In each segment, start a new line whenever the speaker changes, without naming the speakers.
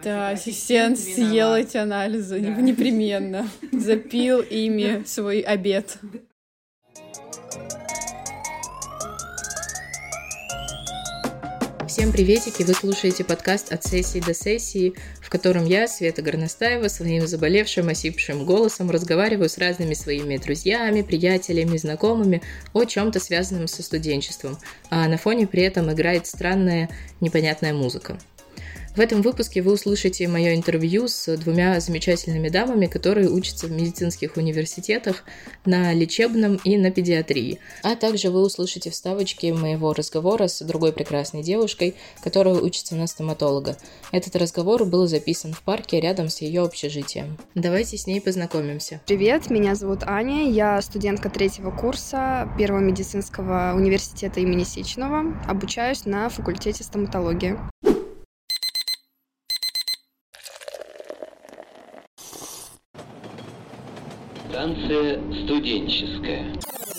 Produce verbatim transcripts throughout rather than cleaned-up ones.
Да, ассистент съел эти анализы да. непременно. Запил ими свой обед.
Всем приветики! Вы слушаете подкаст «От сессии до сессии», в котором я, Света Горностаева, своим заболевшим, осипшим голосом разговариваю с разными своими друзьями, приятелями, знакомыми о чем-то связанном со студенчеством, а на фоне при этом играет странная, непонятная музыка. В этом выпуске вы услышите мое интервью с двумя замечательными дамами, которые учатся в медицинских университетах на лечебном и на педиатрии. А также вы услышите вставочки моего разговора с другой прекрасной девушкой, которая учится на стоматолога. Этот разговор был записан в парке рядом с ее общежитием. Давайте с ней познакомимся.
Привет, меня зовут Аня, я студентка третьего курса Первого медицинского университета имени Сеченова. Обучаюсь на факультете стоматологии.
Станция студенческая.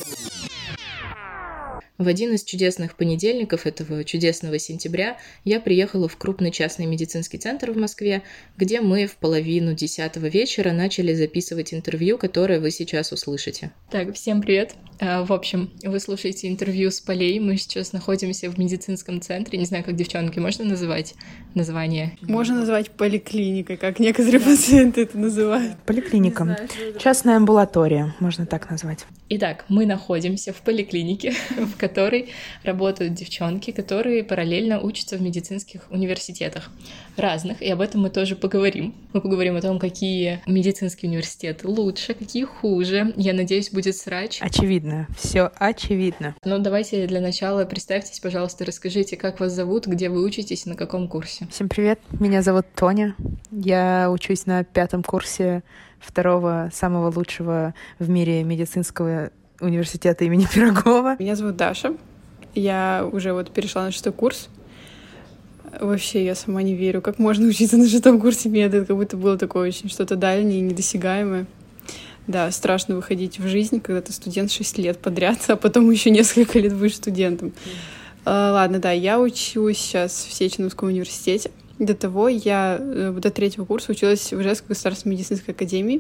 В один из чудесных понедельников этого чудесного сентября я приехала в крупный частный медицинский центр в Москве, где мы в половину десятого вечера начали записывать интервью, которое вы сейчас услышите. Так, всем привет. В общем, вы слушаете интервью с Полей. Мы сейчас находимся в медицинском центре. Не знаю, как девчонки, можно называть название?
Можно назвать поликлиникой, как некоторые пациенты это называют.
Поликлиника. Частная амбулатория, можно так назвать.
Итак, мы находимся в поликлинике, в которой работают девчонки, которые параллельно учатся в медицинских университетах разных, и об этом мы тоже поговорим. Мы поговорим о том, какие медицинские университеты лучше, какие хуже. Я надеюсь, будет срач.
Очевидно, все очевидно.
Ну, давайте для начала представьтесь, пожалуйста, расскажите, как вас зовут, где вы учитесь, на каком курсе.
Всем привет, меня зовут Тоня. Я учусь на пятом курсе второго самого лучшего в мире медицинского университета имени Пирогова.
Меня зовут Даша. Я уже вот перешла на шестой курс. Вообще, я сама не верю, как можно учиться на шестом курсе меда, как будто было такое очень что-то дальнее, недосягаемое. Да, страшно выходить в жизнь, когда ты студент шесть лет подряд, а потом еще несколько лет будешь студентом. Mm. А, ладно, да, я учусь сейчас в Сеченовском университете. До того я до третьего курса училась в Ижевской государственной медицинской академии,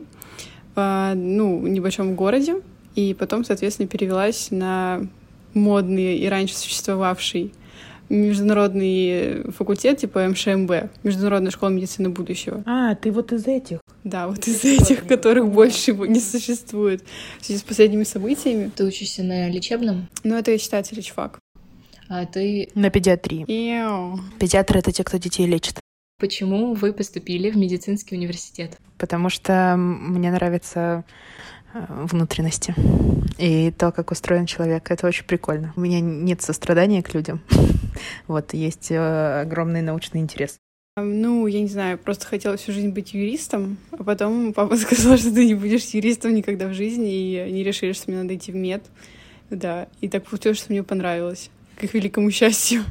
а, ну, в небольшом городе. И потом, соответственно, перевелась на модный и раньше существовавший международный факультет типа эм ша эм бэ, Международная школа медицины будущего.
А, ты вот из этих?
Да, вот из этих, которых больше не существует в связи с последними событиями.
Ты учишься на лечебном?
Ну, это, я считаю, лечфак.
А ты...
На педиатрии.
Иу.
Педиатры — это те, кто детей лечит.
Почему вы поступили в медицинский университет?
Потому что мне нравятся внутренности и то, как устроен человек. Это очень прикольно. У меня нет сострадания к людям. Вот, есть огромный научный интерес.
Ну, я не знаю, просто хотела всю жизнь быть юристом, а потом папа сказал, что ты не будешь юристом никогда в жизни, и они решили, что мне надо идти в мед. Да, и так получилось, что мне понравилось, к их великому счастью.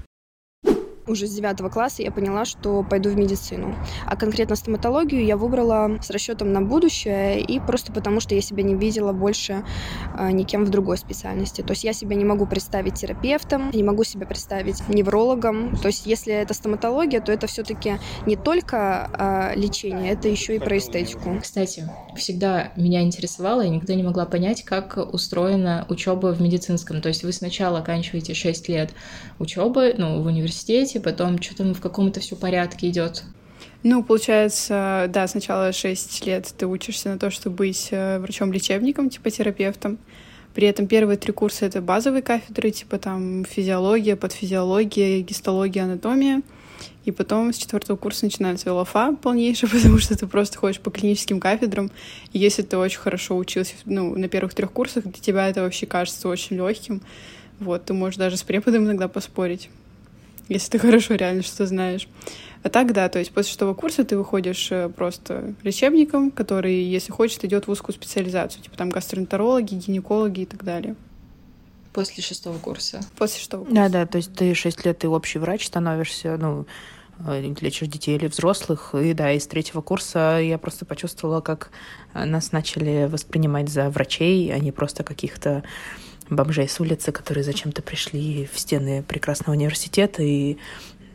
Уже с девятого класса я поняла, что пойду в медицину. А конкретно стоматологию я выбрала с расчетом на будущее и просто потому, что я себя не видела больше а, никем в другой специальности. То есть я себя не могу представить терапевтом, не могу себя представить неврологом. То есть если это стоматология, то это все-таки не только а, лечение, это еще и про эстетику.
Кстати, всегда меня интересовало, я никогда не могла понять, как устроена учеба в медицинском. То есть вы сначала оканчиваете шесть лет учебы, ну, в университете, потом что там в каком-то все порядке идет.
Ну, получается, да, сначала шесть лет ты учишься на то, чтобы быть врачом-лечебником, типа терапевтом. При этом первые три курса — это базовые кафедры, типа там физиология, подфизиология, гистология, анатомия. И потом с четвертого курса начинается лафа полнейшая, потому что ты просто ходишь по клиническим кафедрам. И если ты очень хорошо учился, ну, на первых трех курсах, для тебя это вообще кажется очень легким. Вот, ты можешь даже с преподом иногда поспорить, если ты хорошо реально что знаешь. А так, да, то есть после шестого курса ты выходишь просто лечебником, который, если хочет, идет в узкую специализацию, типа там гастроэнтерологи, гинекологи и так далее.
После шестого курса?
После шестого курса.
Да-да, то есть ты шесть лет, ты общий врач становишься, ну, лечишь детей или взрослых. И да, из третьего курса я просто почувствовала, как нас начали воспринимать за врачей, а не просто каких-то бомжей с улицы, которые зачем-то пришли в стены прекрасного университета и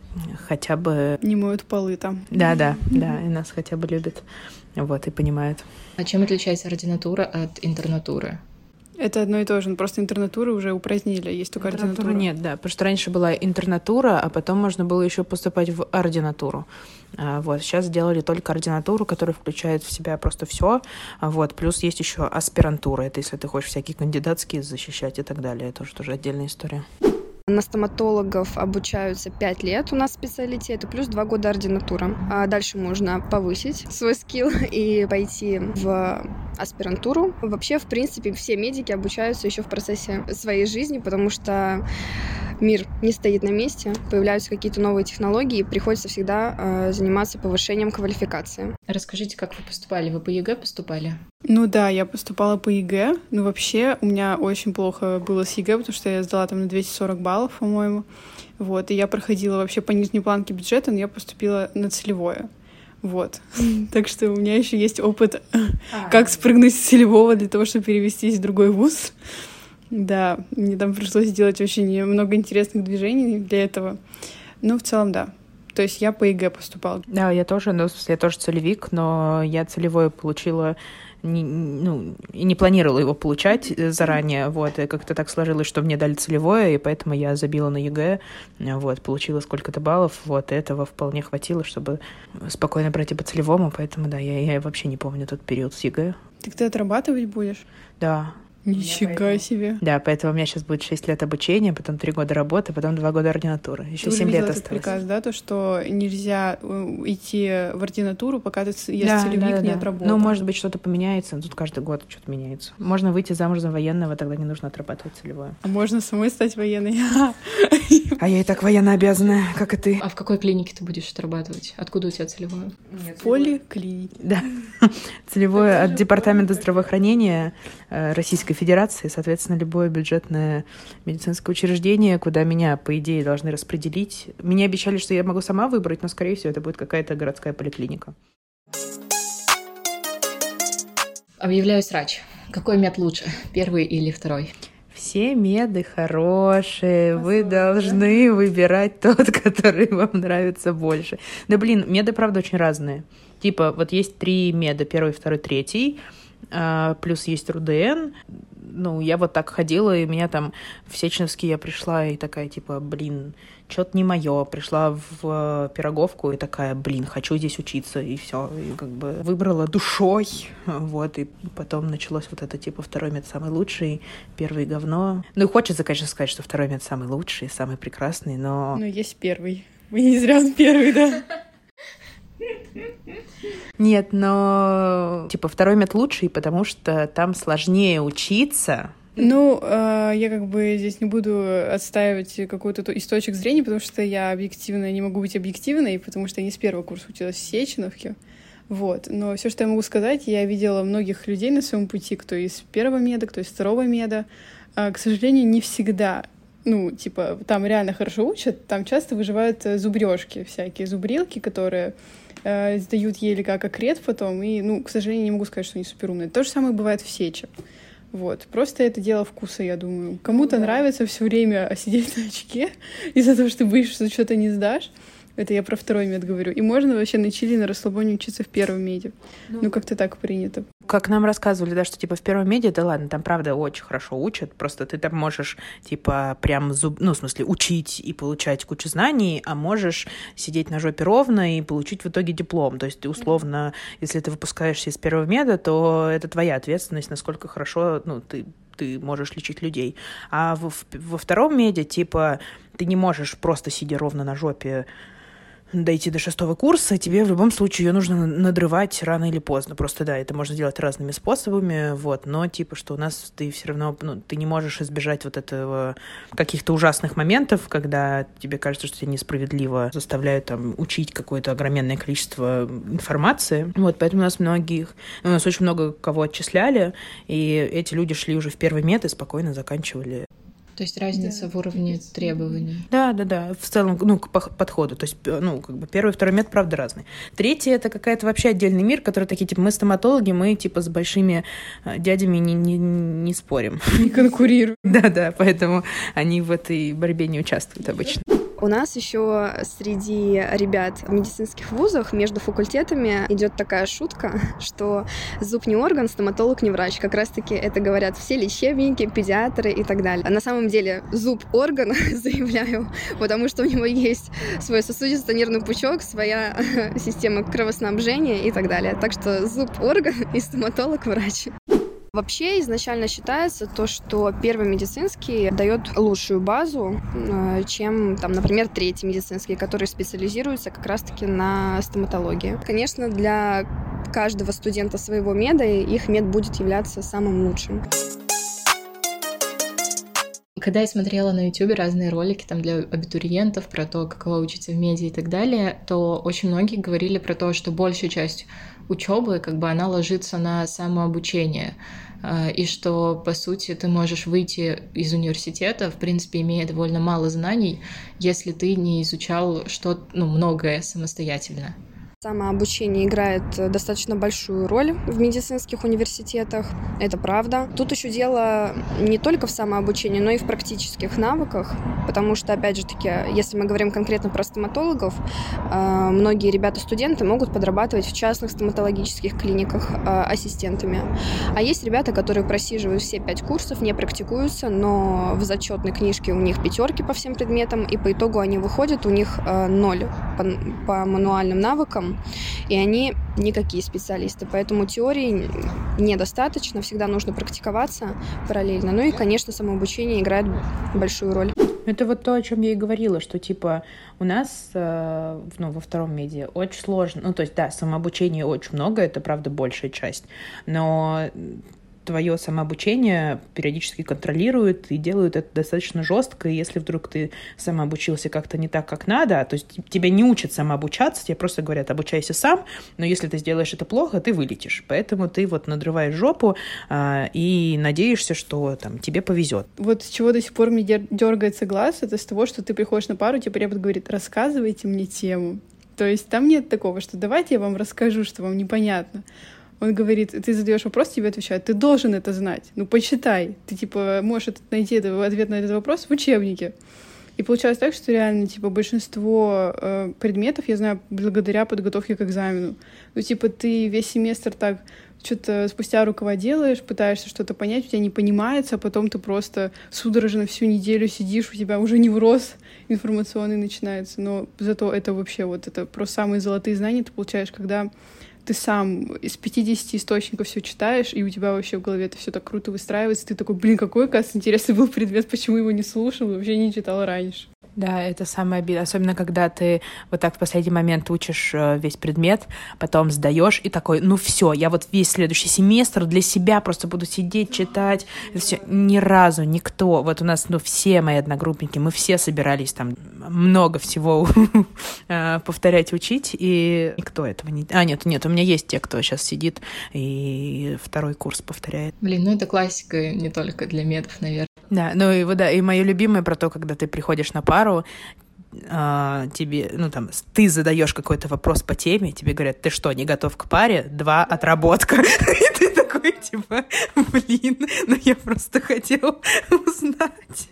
хотя бы...
Не моют полы там.
Да-да, да, и нас хотя бы любят, вот, и понимают.
А чем отличается ординатура от интернатуры?
Это одно и то же, но просто интернатуру уже упразднили, есть только ординатура.
Нет, да, потому что раньше была интернатура, а потом можно было еще поступать в ординатуру. Вот, сейчас сделали только ординатуру, которая включает в себя просто все. Вот, плюс есть еще аспирантура, это если ты хочешь всякие кандидатские защищать и так далее, это уже тоже отдельная история.
На стоматологов обучаются пять лет у нас специалитеты, плюс два года ординатура. А дальше можно повысить свой скилл и пойти в аспирантуру. Вообще, в принципе, все медики обучаются еще в процессе своей жизни, потому что мир не стоит на месте, появляются какие-то новые технологии, и приходится всегда э, заниматься повышением квалификации.
Расскажите, как вы поступали? Вы по ЕГЭ поступали?
Ну да, я поступала по ЕГЭ, но вообще у меня очень плохо было с ЕГЭ, потому что я сдала там на двести сорок баллов, по-моему. Вот, и я проходила вообще по нижней планке бюджета, но я поступила на целевое. Вот. Так что у меня еще есть опыт, как спрыгнуть с целевого для того, чтобы перевестись в другой вуз. Да, мне там пришлось сделать очень много интересных движений для этого. Но в целом, да. То есть я по ЕГЭ поступала.
Да, я тоже, ну, в смысле, я тоже целевик, но я целевое получила, не, ну, и не планировала его получать заранее, вот, и как-то так сложилось, что мне дали целевое, и поэтому я забила на ЕГЭ, вот, получила сколько-то баллов, вот, и этого вполне хватило, чтобы спокойно пройти по целевому, поэтому, да, я, я вообще не помню тот период с ЕГЭ.
Так ты отрабатывать будешь?
Да.
Нифига поэтому... себе.
Да, поэтому у меня сейчас будет шесть лет обучения, потом три года работы, потом два года ординатуры. Еще семь лет осталось. Ты
приказ, да, то, что нельзя идти в ординатуру, пока ты, если да, целевик да, да, не отработал.
Ну, может быть, что-то поменяется, но тут каждый год что-то меняется. Можно выйти замуж за военного, тогда не нужно отрабатывать целевое.
А можно самой стать военной?
А я и так военно обязанная, как и ты.
А в какой клинике ты будешь отрабатывать? Откуда у тебя целевое?
В поликлинике.
Да. Целевое от Департамента здравоохранения Российской Федерации, соответственно, любое бюджетное медицинское учреждение, куда меня, по идее, должны распределить. Мне обещали, что я могу сама выбрать, но, скорее всего, это будет какая-то городская поликлиника.
Объявляю срач. Какой мед лучше, первый или второй?
Все меды хорошие, вы должны выбирать тот, который вам нравится больше. Да блин, меды, правда, очень разные. Типа, вот есть три меда, первый, второй, третий, плюс есть РУДН. Ну, я вот так ходила, и меня там в Сеченовский я пришла, и такая, типа, блин, что-то не мое. Пришла в Пироговку, и такая, блин, хочу здесь учиться, и все. И как бы выбрала душой, вот, и потом началось вот это, типа, второй мед самый лучший, первый говно. Ну, и хочется, конечно, сказать, что второй мед самый лучший, самый прекрасный, но...
Ну, есть первый. Вы не зря он первый, да?
Нет, но типа второй мед лучший, потому что там сложнее учиться.
Ну, э, я как бы здесь не буду отстаивать какой-то из точек зрения, потому что я объективно не могу быть объективной, потому что я не с первого курса училась в Сеченовке. Вот. Но все, что я могу сказать, я видела многих людей на своем пути, кто из первого меда, кто из второго меда. А, к сожалению, не всегда. Ну, типа, там реально хорошо учат, там часто выживают зубрёжки всякие, зубрилки, которые э, сдают еле как акрет потом, и, ну, к сожалению, не могу сказать, что они суперумные. То же самое бывает в Сече. Вот. Просто это дело вкуса, я думаю. Кому-то да. нравится все время сидеть на очке из-за того, что ты боишься, что что-то не сдашь. Это я про второй мед говорю. И можно вообще на чили, на расслабоне учиться в первом меде. Ну, ну как-то так принято.
Как нам рассказывали, да, что типа в первом меде, да ладно, там правда очень хорошо учат, просто ты там можешь типа прям, зуб... ну в смысле учить и получать кучу знаний, а можешь сидеть на жопе ровно и получить в итоге диплом. То есть ты условно, если ты выпускаешься из первого меда, то это твоя ответственность, насколько хорошо, ну, ты ты можешь лечить людей. А во, во втором меде, типа, ты не можешь просто сидя ровно на жопе дойти до шестого курса, тебе в любом случае ее нужно надрывать рано или поздно. Просто, да, это можно делать разными способами, вот, но, типа, что у нас ты все равно, ну, ты не можешь избежать вот этого каких-то ужасных моментов, когда тебе кажется, что тебя несправедливо заставляют там учить какое-то огроменное количество информации. Вот, поэтому у нас многих, у нас очень много кого отчисляли, и эти люди шли уже в первый мед и спокойно заканчивали.
То есть разница да. в уровне требований.
Да, да, да. В целом, ну, к подходу. То есть, ну, как бы первый и второй мед, правда, разные. Третий — это какая-то вообще отдельный мир, который такие, типа, мы стоматологи, мы, типа, с большими дядями не, не, не спорим.
Не конкурируем.
Да, да, поэтому они в этой борьбе не участвуют обычно.
У нас еще среди ребят в медицинских вузах между факультетами идет такая шутка, что зуб не орган, стоматолог не врач. Как раз-таки это говорят все лечебники, педиатры и так далее. А на самом деле зуб орган, заявляю, потому что у него есть свой сосудисто-нервный пучок, своя система кровоснабжения и так далее. Так что зуб орган и стоматолог врач. Вообще изначально считается то, что первый медицинский дает лучшую базу, чем, там, например, третий медицинский, который специализируется как раз-таки на стоматологии. Конечно, для каждого студента своего меда их мед будет являться самым лучшим.
Когда я смотрела на ютубе разные ролики там для абитуриентов про то, каково учиться в меди и так далее, то очень многие говорили про то, что большая часть учебы, как бы, она ложится на самообучение, и что, по сути, ты можешь выйти из университета, в принципе, имея довольно мало знаний, если ты не изучал что-то, ну, многое самостоятельно.
Самообучение играет достаточно большую роль в медицинских университетах, это правда. Тут еще дело не только в самообучении, но и в практических навыках, потому что, опять же таки, если мы говорим конкретно про стоматологов, многие ребята-студенты могут подрабатывать в частных стоматологических клиниках ассистентами. А есть ребята, которые просиживают все пять курсов, не практикуются, но в зачетной книжке у них пятерки по всем предметам, и по итогу они выходят, у них ноль по, по мануальным навыкам, и они никакие специалисты. Поэтому теории недостаточно, всегда нужно практиковаться параллельно. Ну и, конечно, самообучение играет большую роль.
Это вот то, о чем я и говорила, что типа у нас э, ну, во втором меди очень сложно. Ну, то есть, да, самообучения очень много, это, правда, большая часть, но твое самообучение периодически контролируют и делают это достаточно жестко. И если вдруг ты самообучился как-то не так, как надо, то есть тебя не учат самообучаться, тебе просто говорят, обучайся сам, но если ты сделаешь это плохо, ты вылетишь. Поэтому ты вот надрываешь жопу а, и надеешься, что там тебе повезет.
Вот с чего до сих пор мне дергается глаз, это с того, что ты приходишь на пару, тебе препод говорит, рассказывайте мне тему. То есть там нет такого, что давайте я вам расскажу, что вам непонятно. Он говорит, ты задаешь вопрос, тебе отвечают, ты должен это знать, ну почитай. Ты типа можешь найти ответ на этот вопрос в учебнике. И получается так, что реально типа большинство э, предметов я знаю благодаря подготовке к экзамену. Ну типа ты весь семестр так что-то спустя рукава делаешь, пытаешься что-то понять, у тебя не понимается, а потом ты просто судорожно всю неделю сидишь, у тебя уже невроз информационный начинается. Но зато это вообще вот это просто самые золотые знания ты получаешь, когда ты сам из пятидесяти источников все читаешь, и у тебя вообще в голове это все так круто выстраивается. Ты такой, блин, какой, оказывается, интересный был предмет, почему его не слушал, вообще не читал раньше.
Да, это самое обидное. Особенно, когда ты вот так в последний момент учишь весь предмет, потом сдаешь и такой, ну все, я вот весь следующий семестр для себя просто буду сидеть, читать. Это все. Ни разу никто, вот у нас, ну, все мои одногруппники, мы все собирались там много всего повторять, учить, и никто этого не... А, нет, нет, у меня есть те, кто сейчас сидит и второй курс повторяет.
Блин, ну это классика не только для медов, наверное.
Да, ну и, да, и мое любимое про то, когда ты приходишь на пару, а, тебе, ну там, ты задаешь какой-то вопрос по теме, тебе говорят, ты что, не готов к паре? Два, отработка. И ты такой, типа, блин, ну я просто хотел узнать.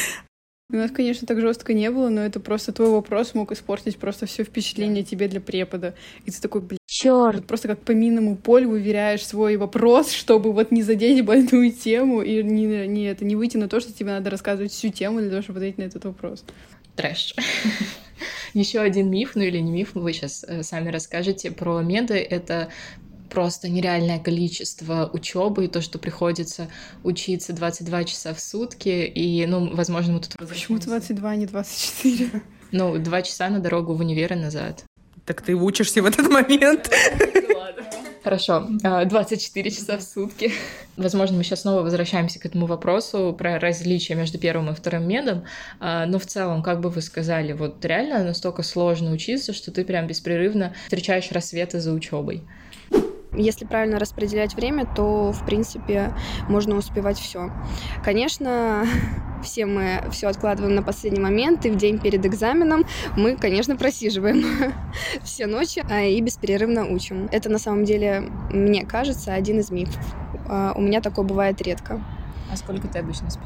У нас, конечно, так жестко не было, но это просто твой вопрос мог испортить просто все впечатление тебе для препода. И ты такой, блин,
черт,
просто как по минному полю выверяешь свой вопрос, чтобы вот не задеть больную тему и не, не, это, не выйти на то, что тебе надо рассказывать всю тему для того, чтобы ответить на этот вопрос.
Трэш. Еще один миф, ну или не миф, вы сейчас сами расскажете про меды. Это просто нереальное количество учебы и то, что приходится учиться двадцать два часа в сутки, и, ну, возможно, мы тут...
Почему двадцать два, а не двадцать четыре?
Ну, два часа на дорогу в универ и назад.
Так ты учишься в этот момент.
Хорошо, двадцать четыре часа в сутки. Возможно, мы сейчас снова возвращаемся к этому вопросу про различия между первым и вторым медом, но в целом, как бы вы сказали, вот реально настолько сложно учиться, что ты прям беспрерывно встречаешь рассветы за учебой.
Если правильно распределять время, то, в принципе, можно успевать все. Конечно, все мы все откладываем на последний момент, и в день перед экзаменом мы, конечно, просиживаем все ночи и беспрерывно учим. Это, на самом деле, мне кажется, один из мифов. У меня такое бывает редко.
А сколько ты обычно спишь?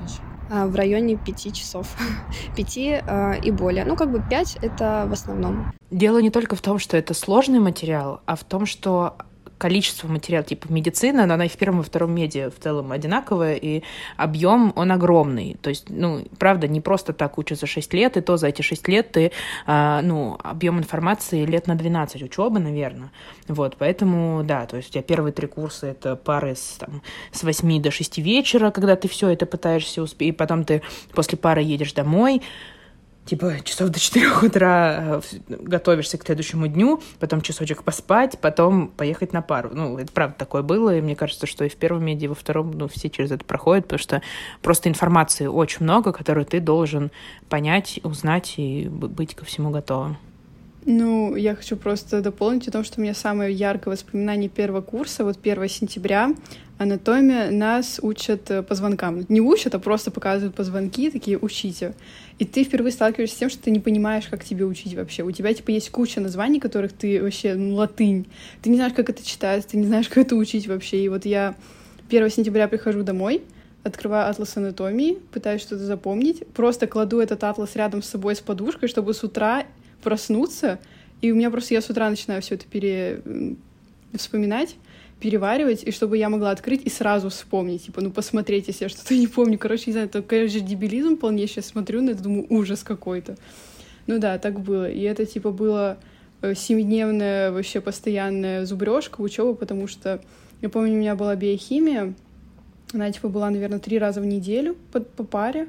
В районе пяти часов. Пяти и более. Ну, как бы пять — это в основном.
Дело не только в том, что это сложный материал, а в том, что количество материала, типа медицина, она и в первом и втором меди в целом одинаковая, и объем, он огромный. То есть, ну, правда, не просто так учатся шесть лет, и то за эти шесть лет ты, а, ну, объем информации лет на двенадцать учебы, наверное. Вот, поэтому, да, то есть у тебя первые три курса — это пары с, там, с восьми до шести вечера, когда ты все это пытаешься успеть, и потом ты после пары едешь домой, типа часов до четырех утра готовишься к следующему дню, потом часочек поспать, потом поехать на пару. Ну, это правда такое было, и мне кажется, что и в первом меди, и во втором, ну, все через это проходят, потому что просто информации очень много, которую ты должен понять, узнать и быть ко всему готовым.
Ну, я хочу просто дополнить о том, что у меня самое яркое воспоминание первого курса, вот первого сентября, анатомия, нас учат позвонкам. Не учат, а просто показывают позвонки, такие «учите». И ты впервые сталкиваешься с тем, что ты не понимаешь, как тебе учить вообще. У тебя, типа, есть куча названий, которых ты вообще, ну, латынь. Ты не знаешь, как это читать, ты не знаешь, как это учить вообще. И вот я первого сентября прихожу домой, открываю атлас анатомии, пытаюсь что-то запомнить, просто кладу этот атлас рядом с собой с подушкой, чтобы с утра проснуться, и у меня просто я с утра начинаю все это пере... вспоминать, переваривать, и чтобы я могла открыть и сразу вспомнить, типа, ну, посмотреть, если я что-то не помню. Короче, не знаю, это, конечно, дебилизм полнейший, я смотрю на это, думаю, ужас какой-то. Ну да, так было. И это, типа, было семидневная вообще постоянная зубрёжка, учёба, потому что, я помню, у меня была биохимия, она, типа, была, наверное, три раза в неделю по, по паре,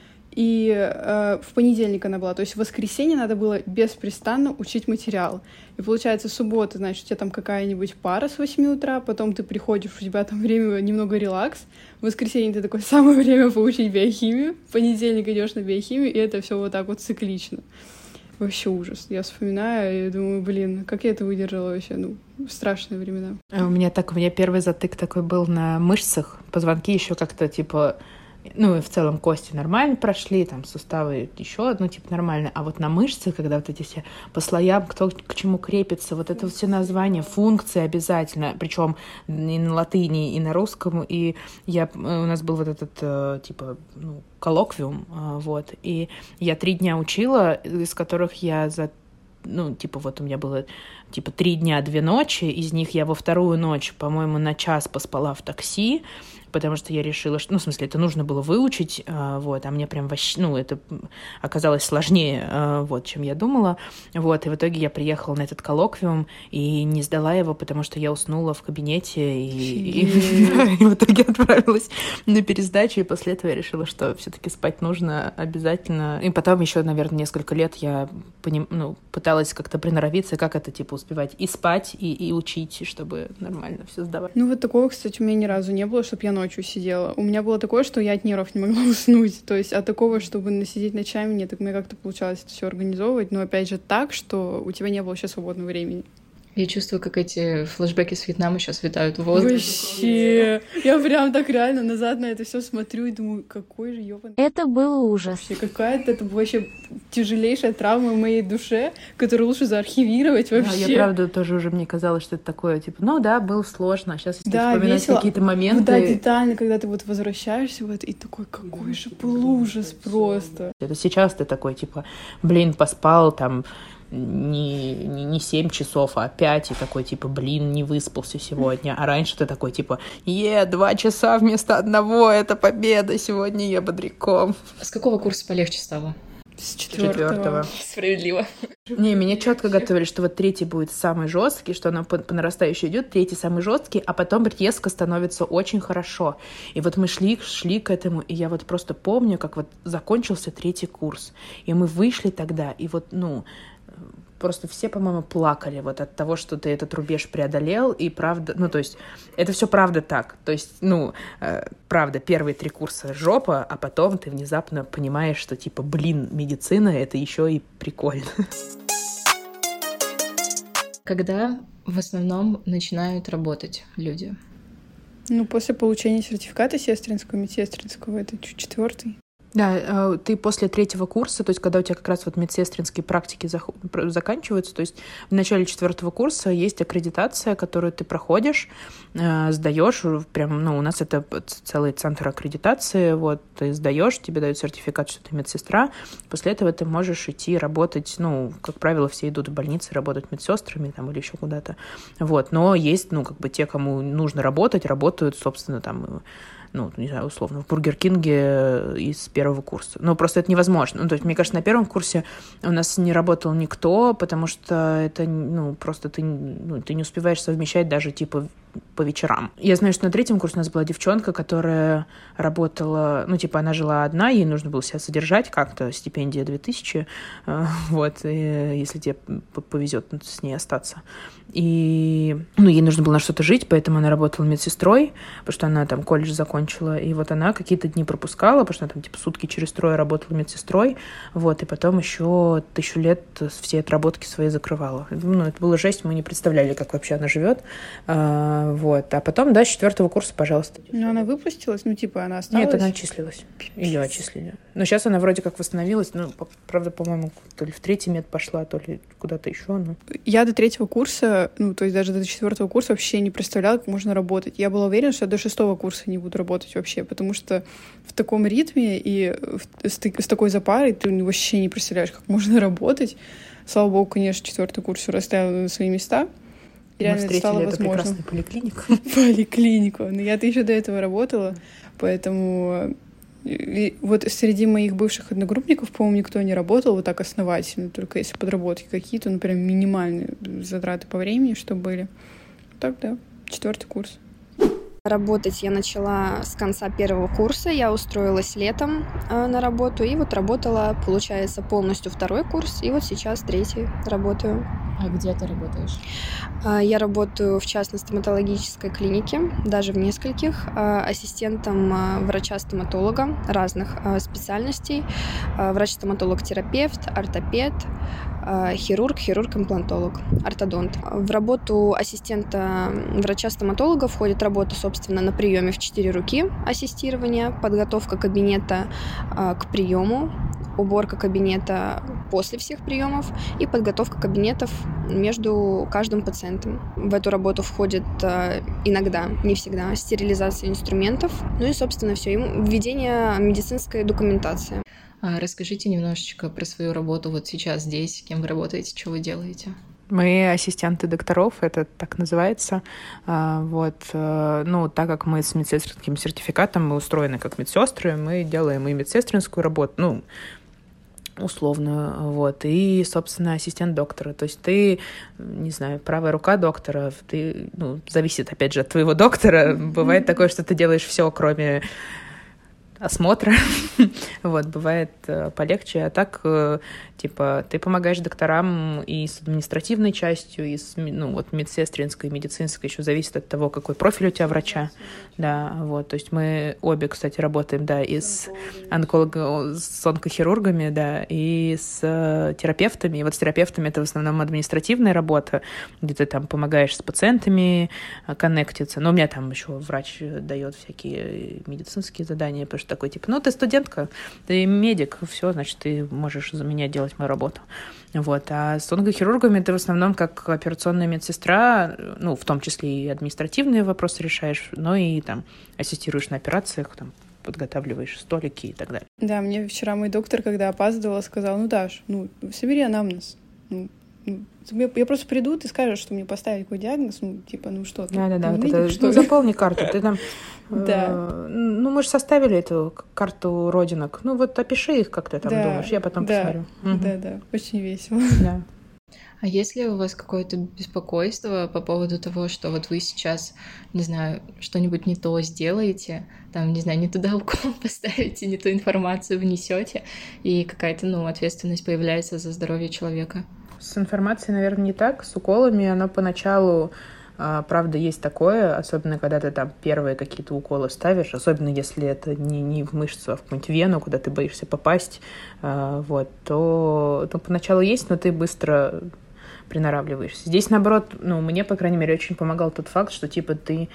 и э, в понедельник она была. То есть в воскресенье надо было беспрестанно учить материал. И получается, суббота, значит, у тебя там какая-нибудь пара с восьми утра, потом ты приходишь, у тебя там время немного релакс. В воскресенье ты такое самое время поучить биохимию. В понедельник идешь на биохимию, и это все вот так вот циклично. Вообще ужас. Я вспоминаю и думаю, блин, как я это выдержала вообще? Ну, страшные времена.
У меня так, у меня первый затык такой был на мышцах. Позвонки еще как-то, типа... Ну, и в целом кости нормально прошли, там, суставы еще, ну, типа, нормально. А вот на мышцах, когда вот эти все по слоям, кто к чему крепится, вот это вот все названия, функции обязательно, причем и на латыни, и на русском. И я, у нас был вот этот, типа, ну, коллоквиум, вот, и я три дня учила, из которых я за ну, типа, вот у меня было, типа, три дня, две ночи, из них я во вторую ночь, по-моему, на час поспала в такси, потому что я решила, что, ну, в смысле, это нужно было выучить, вот, а мне прям вообще, ну, это оказалось сложнее, вот, чем я думала, вот, и в итоге я приехала на этот коллоквиум и не сдала его, потому что я уснула в кабинете, и, и, и в итоге отправилась на пересдачу, и после этого я решила, что все-таки спать нужно обязательно, и потом еще, наверное, несколько лет я поним... ну, пыталась как-то приноровиться, как это, типа, успевать и спать, и, и учить, чтобы нормально все сдавать.
Ну, вот такого, кстати, у меня ни разу не было, чтобы я ночью сидела. У меня было такое, что я от нервов не могла уснуть. То есть от такого, чтобы сидеть ночами, нет, так мне как-то получалось это все организовывать. Но опять же так, что у тебя не было вообще свободного времени.
Я чувствую, как эти флешбеки с Вьетнама сейчас витают в воздухе.
Вообще. Я прям так реально назад на это все смотрю и думаю, какой же ёбаный...
Это был ужас.
Вообще, какая-то это вообще тяжелейшая травма в моей душе, которую лучше заархивировать вообще.
Да, я правда тоже уже, мне казалось, что это такое, типа, ну да, было сложно, а сейчас если
да,
вспоминать
весело.
Какие-то моменты...
Ну да, детально, когда ты вот возвращаешься в это, и такой, какой же был ужас просто.
Это сейчас ты такой, типа, блин, поспал там... Не, не, не семь часов, а пять, и такой, типа, блин, не выспался сегодня. А раньше ты такой, типа, е, два часа вместо одного, это победа, сегодня я бодряком.
С какого курса полегче стало?
С четвертого.
Справедливо.
Не, меня четко готовили, что вот третий будет самый жесткий, что оно по, по нарастающей идет, третий самый жесткий, а потом резко становится очень хорошо. И вот мы шли, шли к этому, и я вот просто помню, как вот закончился третий курс, и мы вышли тогда, и вот, ну, просто все, по-моему, плакали вот от того, что ты этот рубеж преодолел, и правда, ну, то есть, это все правда так, то есть, ну, э, правда, первые три курса жопа, а потом ты внезапно понимаешь, что, типа, блин, медицина — это еще и прикольно.
Когда в основном начинают работать люди?
Ну, после получения сертификата сестринского, медсестринского, это четвертый.
Да, ты после третьего курса, то есть когда у тебя как раз вот медсестринские практики заканчиваются, то есть в начале четвертого курса есть аккредитация, которую ты проходишь, сдаешь, прям, ну, у нас это целый центр аккредитации, вот, ты сдаешь, тебе дают сертификат, что ты медсестра, после этого ты можешь идти работать, ну, как правило, все идут в больницы работать медсестрами там или еще куда-то, вот, но есть, ну, как бы те, кому нужно работать, работают, собственно, там, ну, не знаю, условно, в Бургер Кинге из первого курса. Ну, просто это невозможно. Ну, то есть, мне кажется, на первом курсе у нас не работал никто, потому что это, ну, просто ты, ну, ты не успеваешь совмещать даже, типа, по вечерам. Я знаю, что на третьем курсе у нас была девчонка, которая работала, ну, типа, она жила одна, ей нужно было себя содержать как-то, стипендия две тысячи, вот, если тебе повезет с ней остаться. И, ну, ей нужно было на что-то жить, поэтому она работала медсестрой, потому что она там колледж закончила, и вот она какие-то дни пропускала, потому что она там, типа, сутки через трое работала медсестрой, вот, и потом еще тысячу лет все отработки свои закрывала. Ну, это было жесть, мы не представляли, как вообще она живет, вот, а потом, да, с четвертого курса, пожалуйста.
Ну, она выпустилась, ну, типа, она осталась?
Нет, она отчислилась. Ее отчислили. Но сейчас она вроде как восстановилась, ну, правда, по-моему, то ли в третий мед пошла, то ли куда-то еще, но...
Я до третьего курса, ну, то есть даже до четвертого курса вообще не представляла, как можно работать. Я была уверена, что я до шестого курса не буду работать вообще, потому что в таком ритме и в, с, с такой запарой ты вообще не представляешь, как можно работать. Слава богу, конечно, четвертый курс все расставил на свои места. И реально
мы
стало
эту
возможно.
прекрасную поликлинику.
Поликлинику. Но я-то еще до этого работала, поэтому и вот среди моих бывших одногруппников, по-моему, никто не работал вот так основательно, только если подработки какие-то, ну, прям минимальные затраты по времени, что были. Так, да, четвертый курс.
Работать я начала с конца первого курса, я устроилась летом э, на работу, и вот работала, получается, полностью второй курс, и вот сейчас третий работаю.
А где ты работаешь?
Э, я работаю в частной стоматологической клинике, даже в нескольких, э, ассистентом э, врача-стоматолога разных э, специальностей, э, врач-стоматолог-терапевт, ортопед, э, хирург, хирург-имплантолог, ортодонт. В работу ассистента врача-стоматолога входит работа, собственно, на приеме в четыре руки, ассистирование, подготовка кабинета э, к приему, уборка кабинета после всех приемов и подготовка кабинетов между каждым пациентом. В эту работу входит э, иногда, не всегда, стерилизация инструментов, ну и, собственно, все, введение медицинской документации.
А расскажите немножечко про свою работу вот сейчас здесь, кем вы работаете, что вы делаете?
Мы ассистенты докторов, это так называется. Вот. Ну, так как мы с медсестринским сертификатом, мы устроены как медсестры, мы делаем и медсестринскую работу, ну, условно, вот, и, собственно, ассистент доктора. То есть ты, не знаю, правая рука доктора, ты, ну, зависит, опять же, от твоего доктора. Бывает такое, что ты делаешь все, кроме осмотра. Вот, бывает э, полегче. А так, э, типа, ты помогаешь докторам и с административной частью, и с, ну, вот, медсестринской, медицинской, еще зависит от того, какой профиль у тебя врача. Да, вот, то есть мы обе, кстати, работаем, да, и с онкологами, с онкохирургами, да, и с э, терапевтами. И вот с терапевтами это в основном административная работа, где ты там помогаешь с пациентами э, коннектиться. Но у меня там еще врач дает всякие медицинские задания, потому что такой, типа, ну, ты студентка, ты медик, все, значит, ты можешь за меня делать мою работу. Вот. А с онкохирургами ты в основном как операционная медсестра, ну, в том числе и административные вопросы решаешь, но и там ассистируешь на операциях, там, подготавливаешь столики и так далее.
Да, мне вчера мой доктор, когда опаздывала, сказал: ну, Даш, ну, собери анамнез. Ну, я просто приду, ты скажешь, что мне поставили какой диагноз, ну, типа, ну что ты?
Да-да-да,
вот
это,
что
ну, заполни карту, ты там...
Да.
Э, ну, мы же составили эту карту родинок, ну, вот опиши их, как ты там
да,
думаешь, я потом
да,
посмотрю.
Да-да, угу. Очень весело.
Да.
А есть ли у вас какое-то беспокойство по поводу того, что вот вы сейчас, не знаю, что-нибудь не то сделаете, там, не знаю, не туда укол поставите, не ту информацию внесете, и какая-то, ну, ответственность появляется за здоровье человека?
С информацией, наверное, не так. С уколами оно поначалу, правда, есть такое, особенно когда ты там первые какие-то уколы ставишь, особенно если это не, не в мышцу, а в какую-нибудь вену, куда ты боишься попасть, вот, то, то поначалу есть, но ты быстро приноравливаешься. Здесь, наоборот, ну, мне, по крайней мере, очень помогал тот факт, что, типа, ты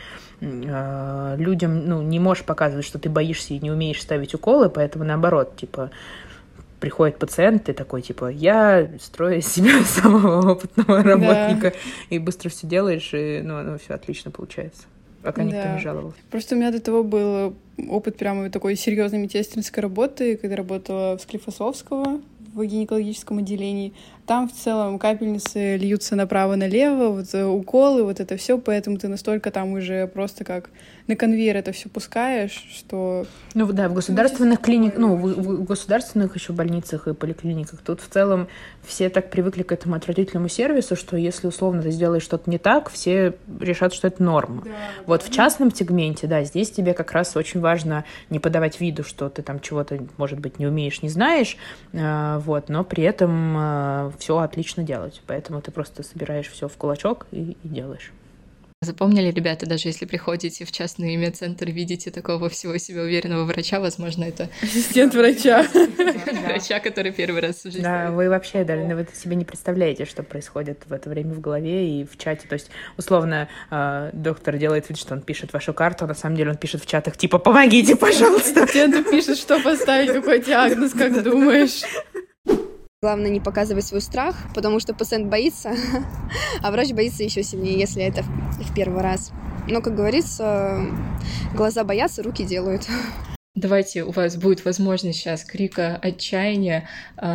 э, людям, ну, не можешь показывать, что ты боишься и не умеешь ставить уколы, поэтому, наоборот, типа, приходит пациент, ты такой, типа, я строю из себя самого опытного работника, да. И быстро все делаешь, и, ну, оно все отлично получается. Пока никто да. не жаловался.
Просто у меня до того был опыт прямо такой серьезной медсестринской работы, когда работала в Склифосовского в гинекологическом отделении. Там в целом капельницы льются направо-налево, вот уколы, вот это все, поэтому ты настолько там уже просто как на конвейер это все пускаешь, что...
Ну да, в государственных клиниках, ну, в, в государственных еще больницах и поликлиниках тут в целом все так привыкли к этому отвратительному сервису, что если условно ты сделаешь что-то не так, все решат, что это норма. Да, вот да. В частном сегменте, да, здесь тебе как раз очень важно не подавать виду, что ты там чего-то, может быть, не умеешь, не знаешь, э, вот, но при этом э, все отлично делать. Поэтому ты просто собираешь все в кулачок и, и делаешь.
Запомнили, ребята, даже если приходите в частный медцентр, видите такого всего себя уверенного врача, возможно, это...
Ассистент врача.
Врача, который первый раз в жизни.
Да, вы вообще даже вы себе не представляете, что происходит в это время в голове и в чате. То есть, условно, доктор делает вид, что он пишет вашу карту, а на самом деле он пишет в чатах, типа, помогите, пожалуйста.
Ассистенту пишет, что поставить, какой диагноз, как думаешь.
Главное не показывать свой страх, потому что пациент боится, а врач боится еще сильнее, если это в первый раз. Но, как говорится, глаза боятся, руки делают.
Давайте, у вас будет возможность сейчас крика отчаяния,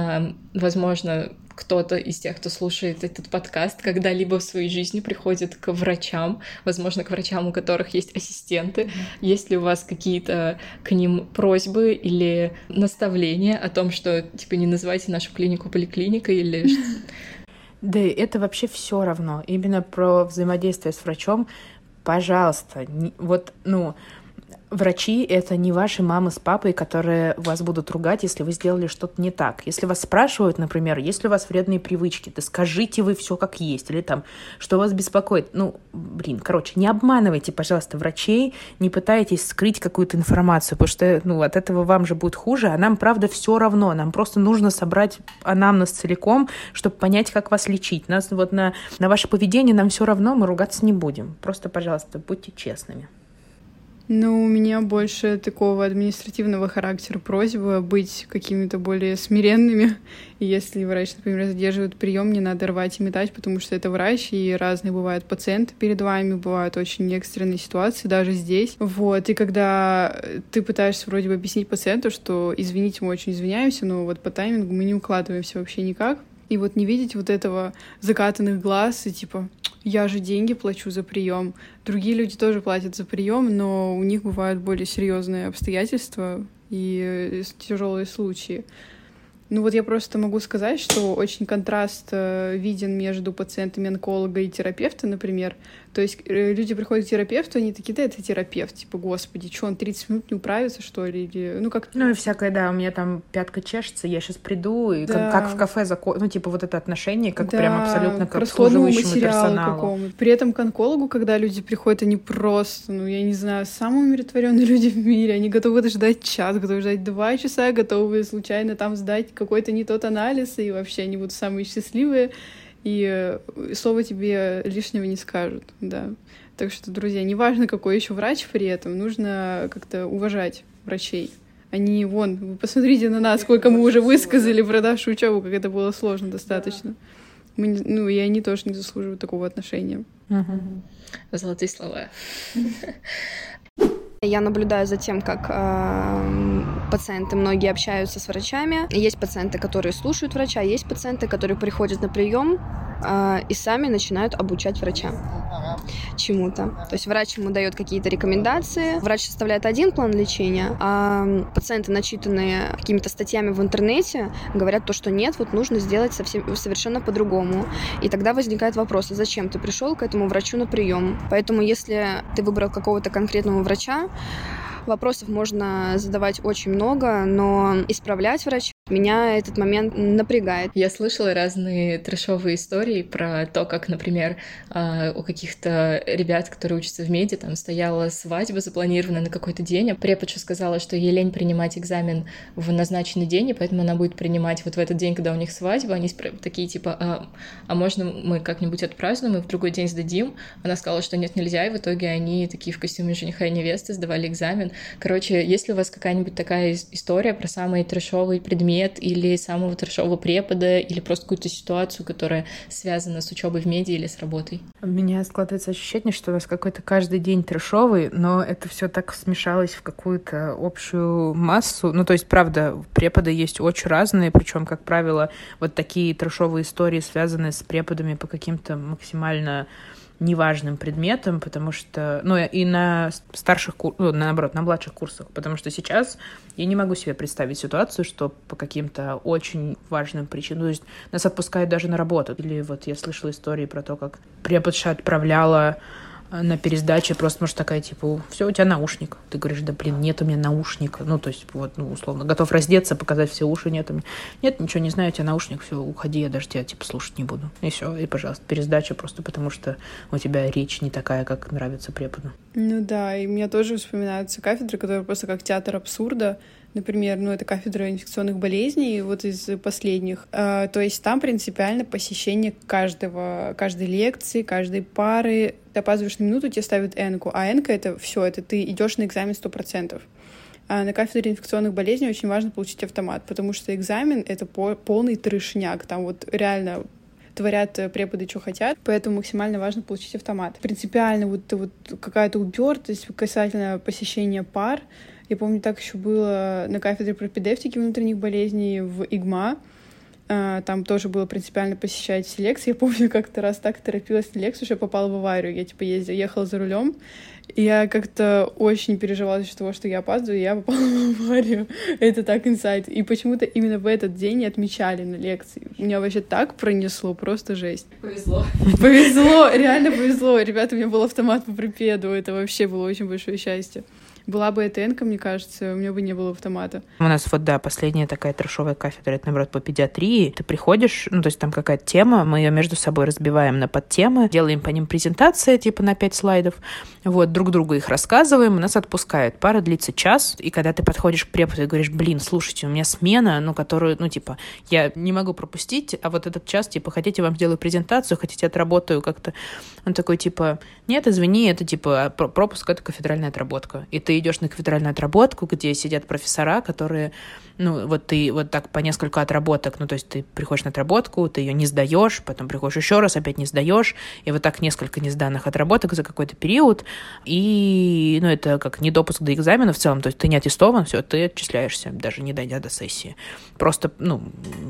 возможно, кто-то из тех, кто слушает этот подкаст, когда-либо в своей жизни приходит к врачам, возможно, к врачам, у которых есть ассистенты. Mm-hmm. Есть ли у вас какие-то к ним просьбы или наставления о том, что, типа, не называйте нашу клинику поликлиникой или...
Да, это вообще все равно. Именно про взаимодействие с врачом, пожалуйста, вот, ну... Врачи — это не ваши мамы с папой, которые вас будут ругать, если вы сделали что-то не так. Если вас спрашивают, например, есть ли у вас вредные привычки, то скажите вы все как есть, или там, что вас беспокоит. Ну, блин, короче, не обманывайте, пожалуйста, врачей, не пытайтесь скрыть какую-то информацию, потому что, ну, от этого вам же будет хуже, а нам, правда, все равно. Нам просто нужно собрать анамнез целиком, чтобы понять, как вас лечить. Нас вот на, на ваше поведение нам все равно, мы ругаться не будем. Просто, пожалуйста, будьте честными.
Ну, у меня больше такого административного характера просьба быть какими-то более смиренными. И если врач, например, задерживает прием, не надо рвать и метать, потому что это врач, и разные бывают пациенты перед вами, бывают очень экстренные ситуации, даже здесь. Вот, и когда ты пытаешься вроде бы объяснить пациенту, что извините, мы очень извиняемся, но вот по таймингу мы не укладываемся вообще никак. И вот не видеть вот этого закатанных глаз и типа... Я же деньги плачу за прием. Другие люди тоже платят за прием, но у них бывают более серьезные обстоятельства и тяжелые случаи. Ну вот я просто могу сказать, что очень контраст виден между пациентами онколога и терапевта, например. То есть люди приходят к терапевту, они такие, да, это терапевт, типа, господи, что, он тридцать минут не управится, что ли? Или, ну, как
ну и всякое, да, у меня там пятка чешется, я сейчас приду, и да. как, как в кафе, зако... ну, типа, вот это отношение, как да, прям абсолютно к обслуживающему персоналу.
Какому-то. При этом к онкологу, когда люди приходят, они просто, ну, я не знаю, самые умиротворенные люди в мире, они готовы ждать час, готовы ждать два часа, готовы случайно там сдать какой-то не тот анализ, и вообще они будут самые счастливые, и слова тебе лишнего не скажут, да. Так что, друзья, неважно, какой еще врач при этом, нужно как-то уважать врачей. Они, вон, вы посмотрите на нас, сколько мы уже высказали про нашу учебу, как это было сложно достаточно. Мы, ну, и они тоже не заслуживают такого отношения.
Золотые слова.
Я наблюдаю за тем, как э, пациенты многие общаются с врачами. Есть пациенты, которые слушают врача, есть пациенты, которые приходят на прием э, и сами начинают обучать врача чему-то. То есть врач ему дает какие-то рекомендации, врач составляет один план лечения, а пациенты, начитанные какими-то статьями в интернете, говорят то, что нет, вот нужно сделать совсем, совершенно по-другому. И тогда возникает вопрос, а зачем ты пришел к этому врачу на прием? Поэтому если ты выбрал какого-то конкретного врача, вопросов можно задавать очень много, но исправлять врача Меня этот момент напрягает.
Я слышала разные трэшовые истории про то, как, например, у каких-то ребят, которые учатся в меди, там стояла свадьба запланированная на какой-то день, а преподша сказала, что ей лень принимать экзамен в назначенный день, и поэтому она будет принимать вот в этот день, когда у них свадьба. Они такие типа, а, а можно мы как-нибудь отпразднуем и в другой день сдадим? Она сказала, что нет, нельзя, и в итоге они такие в костюме жениха и невесты сдавали экзамен. Короче, есть ли у вас какая-нибудь такая история про самый трэшовый предмет или самого трэшового препода, или просто какую-то ситуацию, которая связана с учебой в меди или с работой?
У меня складывается ощущение, что у нас какой-то каждый день трэшовый, но это все так смешалось в какую-то общую массу. Ну, то есть, правда, преподы есть очень разные, причем, как правило, вот такие трэшовые истории, связанные с преподами по каким-то максимально неважным предметом, потому что... Ну, и на старших курсах, ну, наоборот, на младших курсах, потому что сейчас я не могу себе представить ситуацию, что по каким-то очень важным причинам... То есть нас отпускают даже на работу. Или вот я слышала истории про то, как преподша отправляла на пересдаче, просто, может, такая, типа, все, у тебя наушник. Ты говоришь, да, блин, нет у меня наушника. Ну, то есть, вот, ну, условно, готов раздеться, показать все уши, нет, нет, ничего не знаю, у тебя наушник, все, уходи, я даже тебя, типа, слушать не буду. И все, и, пожалуйста, пересдача просто потому, что у тебя речь не такая, как нравится преподу.
Ну да, и мне тоже вспоминаются кафедры, которые просто как театр абсурда. Например, ну, это кафедра инфекционных болезней, вот из последних. А, то есть там принципиально посещение каждого, каждой лекции, каждой пары. Ты опаздываешь на минуту, тебе ставят энку, а энка — это все, это ты идешь на экзамен сто процентов. А на кафедре инфекционных болезней очень важно получить автомат, потому что экзамен — это по- полный трешняк. Там вот реально творят преподы, что хотят, поэтому максимально важно получить автомат. Принципиально вот, вот какая-то упертость касательно посещения пар. Я помню, так еще было на кафедре пропедевтики внутренних болезней в ИГМА. Там тоже было принципиально посещать все лекции. Я помню, как-то раз так торопилась на лекцию, что я попала в аварию. Я типа ездила, ехала за рулем, и я как-то очень переживала из-за того, что я опаздываю, и я попала в аварию. Это так инсайт. И почему-то именно в этот день отмечали на лекции. Меня вообще так пронесло, просто жесть.
Повезло.
Повезло, реально повезло. Ребята, у меня был автомат по препеду. Это вообще было очень большое счастье. Была бы эта энка, мне кажется, у меня бы не было автомата.
У нас вот, да, последняя такая трэшовая кафедра, это, наоборот, по педиатрии. Ты приходишь, ну, то есть там какая-то тема, мы ее между собой разбиваем на подтемы, делаем по ним презентации, типа на пять слайдов, вот, друг другу их рассказываем, и нас отпускают. Пара длится час, и когда ты подходишь к преподу и говоришь, блин, слушайте, у меня смена, ну, которую, ну, типа, я не могу пропустить, а вот этот час, типа, хотите, вам сделаю презентацию, хотите, отработаю как-то. Он такой, типа, нет, извини, это, типа, пропуск, это кафедральная отработка. И ты идешь на кафедральную отработку, где сидят профессора, которые, ну, вот ты вот так по несколько отработок, ну, то есть ты приходишь на отработку, ты ее не сдаешь, потом приходишь еще раз, опять не сдаешь, и вот так несколько несданных отработок за какой-то период, и, ну, это как недопуск до экзамена в целом, то есть ты не аттестован, все, ты отчисляешься, даже не дойдя до сессии. Просто, ну,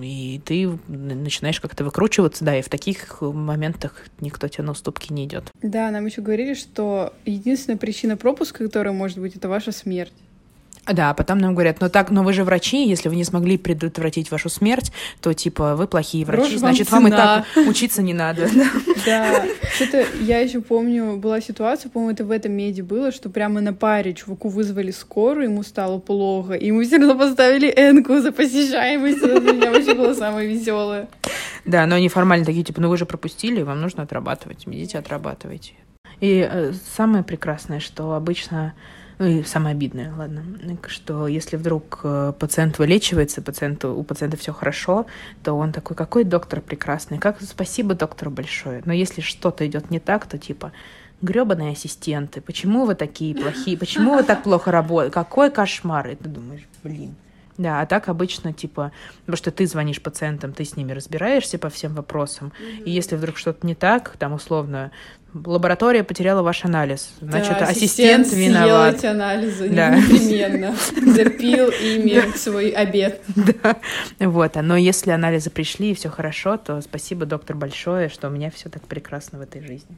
и ты начинаешь как-то выкручиваться, да, и в таких моментах никто тебе на уступки не идет.
Да, нам еще говорили, что единственная причина пропуска, которая может быть, это ваша смерть.
Да, потом нам говорят, ну так, но вы же врачи, если вы не смогли предотвратить вашу смерть, то, типа, вы плохие врачи,
Рожь
значит,
вам,
вам и так учиться не надо.
Да, что-то я еще помню, была ситуация, по-моему, это в этом меди было, что прямо на паре чуваку вызвали скорую, ему стало плохо, и ему все равно поставили энку за посещаемость, это для меня вообще было самое веселое.
Да, но они формально такие, типа, ну вы же пропустили, вам нужно отрабатывать, идите отрабатывайте. И э, самое прекрасное, что обычно, ну и самое обидное, ладно, что если вдруг э, пациент вылечивается, пациенту, у пациента все хорошо, то он такой, какой доктор прекрасный, как спасибо доктору большое. Но если что-то идет не так, то типа, грёбаные ассистенты, почему вы такие плохие, почему вы так плохо работаете, какой кошмар, и ты думаешь, блин. Да, а так обычно, типа, потому что ты звонишь пациентам, ты с ними разбираешься по всем вопросам, mm-hmm. и если вдруг что-то не так, там, условно, лаборатория потеряла ваш анализ, значит, да, ассистент, ассистент виноват.
Съел эти анализы, да. Непременно. Допил ими свой обед.
Да, вот, но если анализы пришли и все хорошо, то спасибо, доктор, большое, что у меня все так прекрасно в этой жизни.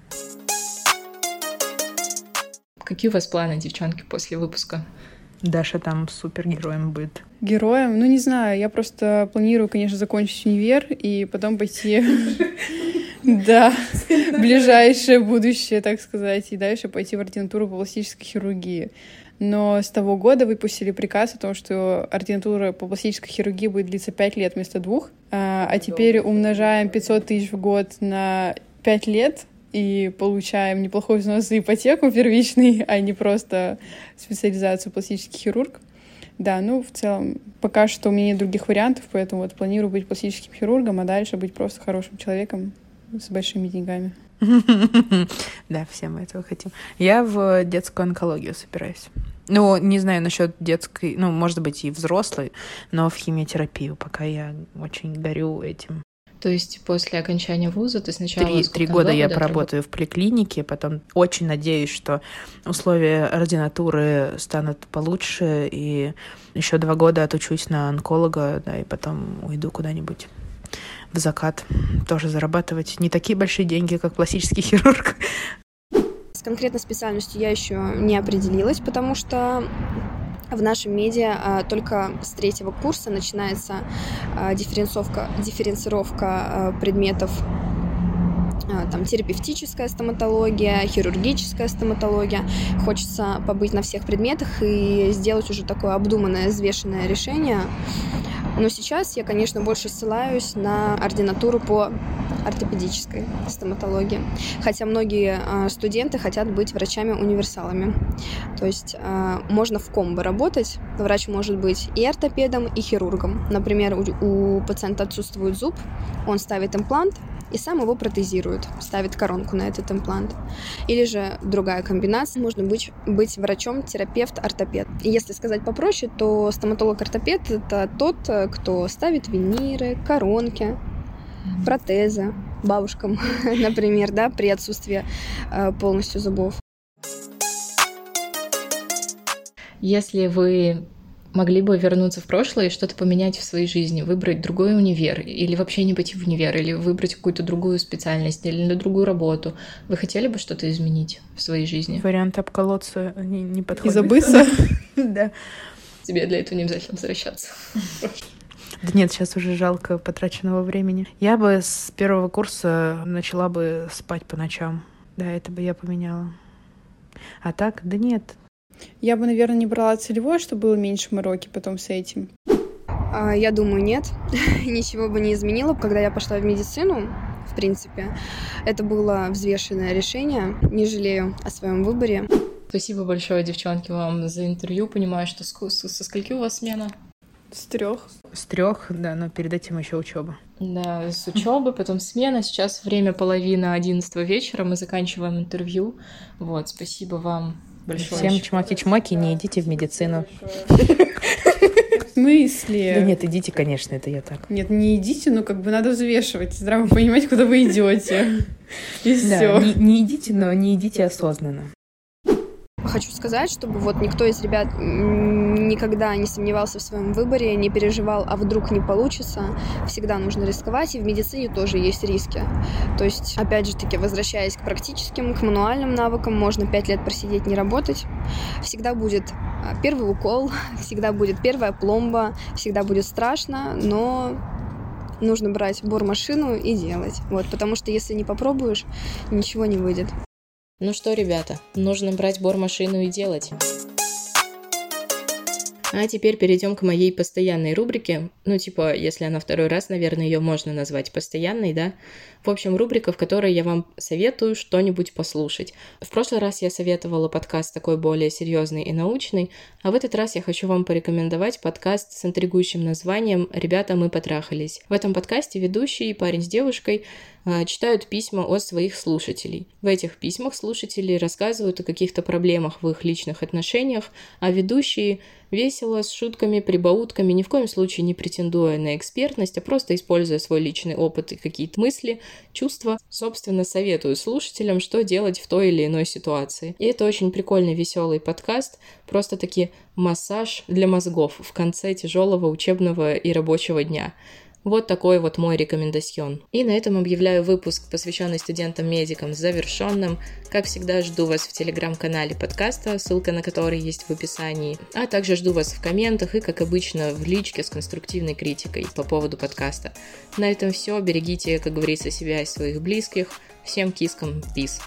Какие у вас планы, девчонки, после выпуска?
Даша там супергероем будет.
Героем? Ну, не знаю, я просто планирую, конечно, закончить универ и потом пойти Да, ближайшее будущее, так сказать, и дальше пойти в ординатуру по пластической хирургии. Но с того года выпустили приказ о том, что ординатура по пластической хирургии будет длиться пять лет вместо двух, а теперь умножаем пятьсот тысяч в год на пять лет и получаем неплохой взнос за ипотеку первичный, а не просто специализацию пластический хирург. Да, ну, в целом, пока что у меня нет других вариантов, поэтому вот планирую быть пластическим хирургом, а дальше быть просто хорошим человеком с большими деньгами.
Да, все мы этого хотим. Я в детскую онкологию собираюсь. Ну, не знаю насчет детской, ну, может быть, и взрослой, но в химиотерапию, пока я очень горю этим.
То есть после окончания вуза ты сначала...
Три, три года я поработаю в поликлинике, потом очень надеюсь, что условия ординатуры станут получше, и еще два года отучусь на онколога, да, и потом уйду куда-нибудь в закат, тоже зарабатывать не такие большие деньги, как пластический хирург.
С конкретной специальностью я еще не определилась, потому что в нашем медиа а, только с третьего курса начинается а, дифференцировка, дифференцировка а, предметов, а, там терапевтическая стоматология, хирургическая стоматология. Хочется побыть на всех предметах и сделать уже такое обдуманное, взвешенное решение. Но сейчас я, конечно, больше ссылаюсь на ординатуру по ортопедической стоматологии. Хотя многие э, студенты хотят быть врачами-универсалами. То есть э, можно в комбо работать. Врач может быть и ортопедом, и хирургом. Например, у, у пациента отсутствует зуб, он ставит имплант и сам его протезирует, ставит коронку на этот имплант. Или же другая комбинация, можно быть, быть врачом, терапевт, ортопед. И если сказать попроще, то стоматолог-ортопед — это тот, кто ставит виниры, коронки, протезы бабушкам, например, да, при отсутствии э, полностью зубов.
Если вы могли бы вернуться в прошлое и что-то поменять в своей жизни, выбрать другой универ, или вообще не пойти в универ, или выбрать какую-то другую специальность, или на другую работу, вы хотели бы что-то изменить в своей жизни?
Вариант обколоться не, не подходит.
И забыться?
Да.
Тебе для этого не обязательно возвращаться.
Да нет, сейчас уже жалко потраченного времени. Я бы с первого курса начала бы спать по ночам. Да, это бы я поменяла. А так, да нет.
Я бы, наверное, не брала целевое, чтобы было меньше мороки потом с этим.
А, я думаю, нет. Ничего бы не изменило. Когда я пошла в медицину, в принципе, это было взвешенное решение. Не жалею о своем выборе.
Спасибо большое, девчонки, вам за интервью. Понимаю, что со скольки у вас смена?
С трех.
С трех, да, но перед этим еще учеба.
Да, с учебы, потом смена. Сейчас время половина одиннадцатого вечера. Мы заканчиваем интервью. Вот, спасибо вам большое.
Всем чмоки-чмоки, не идите в медицину.
В смысле?
Да нет, идите, конечно, это я так.
Нет, не идите, но как бы надо взвешивать, здраво понимать, куда вы идете. И все.
Не, не идите, но не идите осознанно.
Хочу сказать, чтобы вот никто из ребят никогда не сомневался в своем выборе, не переживал, а вдруг не получится. Всегда нужно рисковать, и в медицине тоже есть риски. То есть, опять же таки, возвращаясь к практическим, к мануальным навыкам, можно пять лет просидеть, не работать. Всегда будет первый укол, всегда будет первая пломба, всегда будет страшно, но нужно брать бормашину и делать. Вот, потому что если не попробуешь, ничего не выйдет.
Ну что, ребята, нужно брать бормашину и делать. А теперь перейдем к моей постоянной рубрике. Ну, типа, если она второй раз, наверное, ее можно назвать постоянной, да? В общем, рубрика, в которой я вам советую что-нибудь послушать. В прошлый раз я советовала подкаст такой более серьезный и научный, а в этот раз я хочу вам порекомендовать подкаст с интригующим названием «Ребята, мы потрахались». В этом подкасте ведущий, парень с девушкой, читают письма от своих слушателей. В этих письмах слушатели рассказывают о каких-то проблемах в их личных отношениях, а ведущие весело, с шутками, прибаутками, ни в коем случае не претендуя на экспертность, а просто используя свой личный опыт и какие-то мысли, чувства, собственно, советуют слушателям, что делать в той или иной ситуации. И это очень прикольный, веселый подкаст, просто-таки массаж для мозгов в конце тяжелого учебного и рабочего дня. Вот такой вот мой рекомендацион. И на этом объявляю выпуск, посвященный студентам-медикам, завершенным. Как всегда, жду вас в телеграм-канале подкаста, ссылка на который есть в описании. А также жду вас в комментах и, как обычно, в личке с конструктивной критикой по поводу подкаста. На этом все. Берегите, как говорится, себя и своих близких. Всем кискам peace.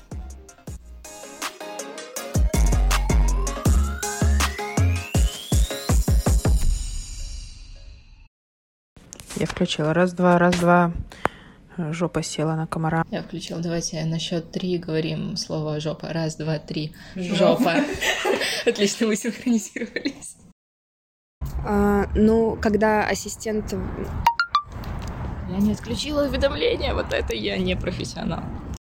Я включила. Раз-два, раз-два. Жопа села на комара.
Я включила. Давайте на счет три говорим слово жопа. Раз, два, три. Жопа. Отлично, мы синхронизировались.
А, ну, когда ассистент...
Я не отключила уведомления, вот это я не профессионал.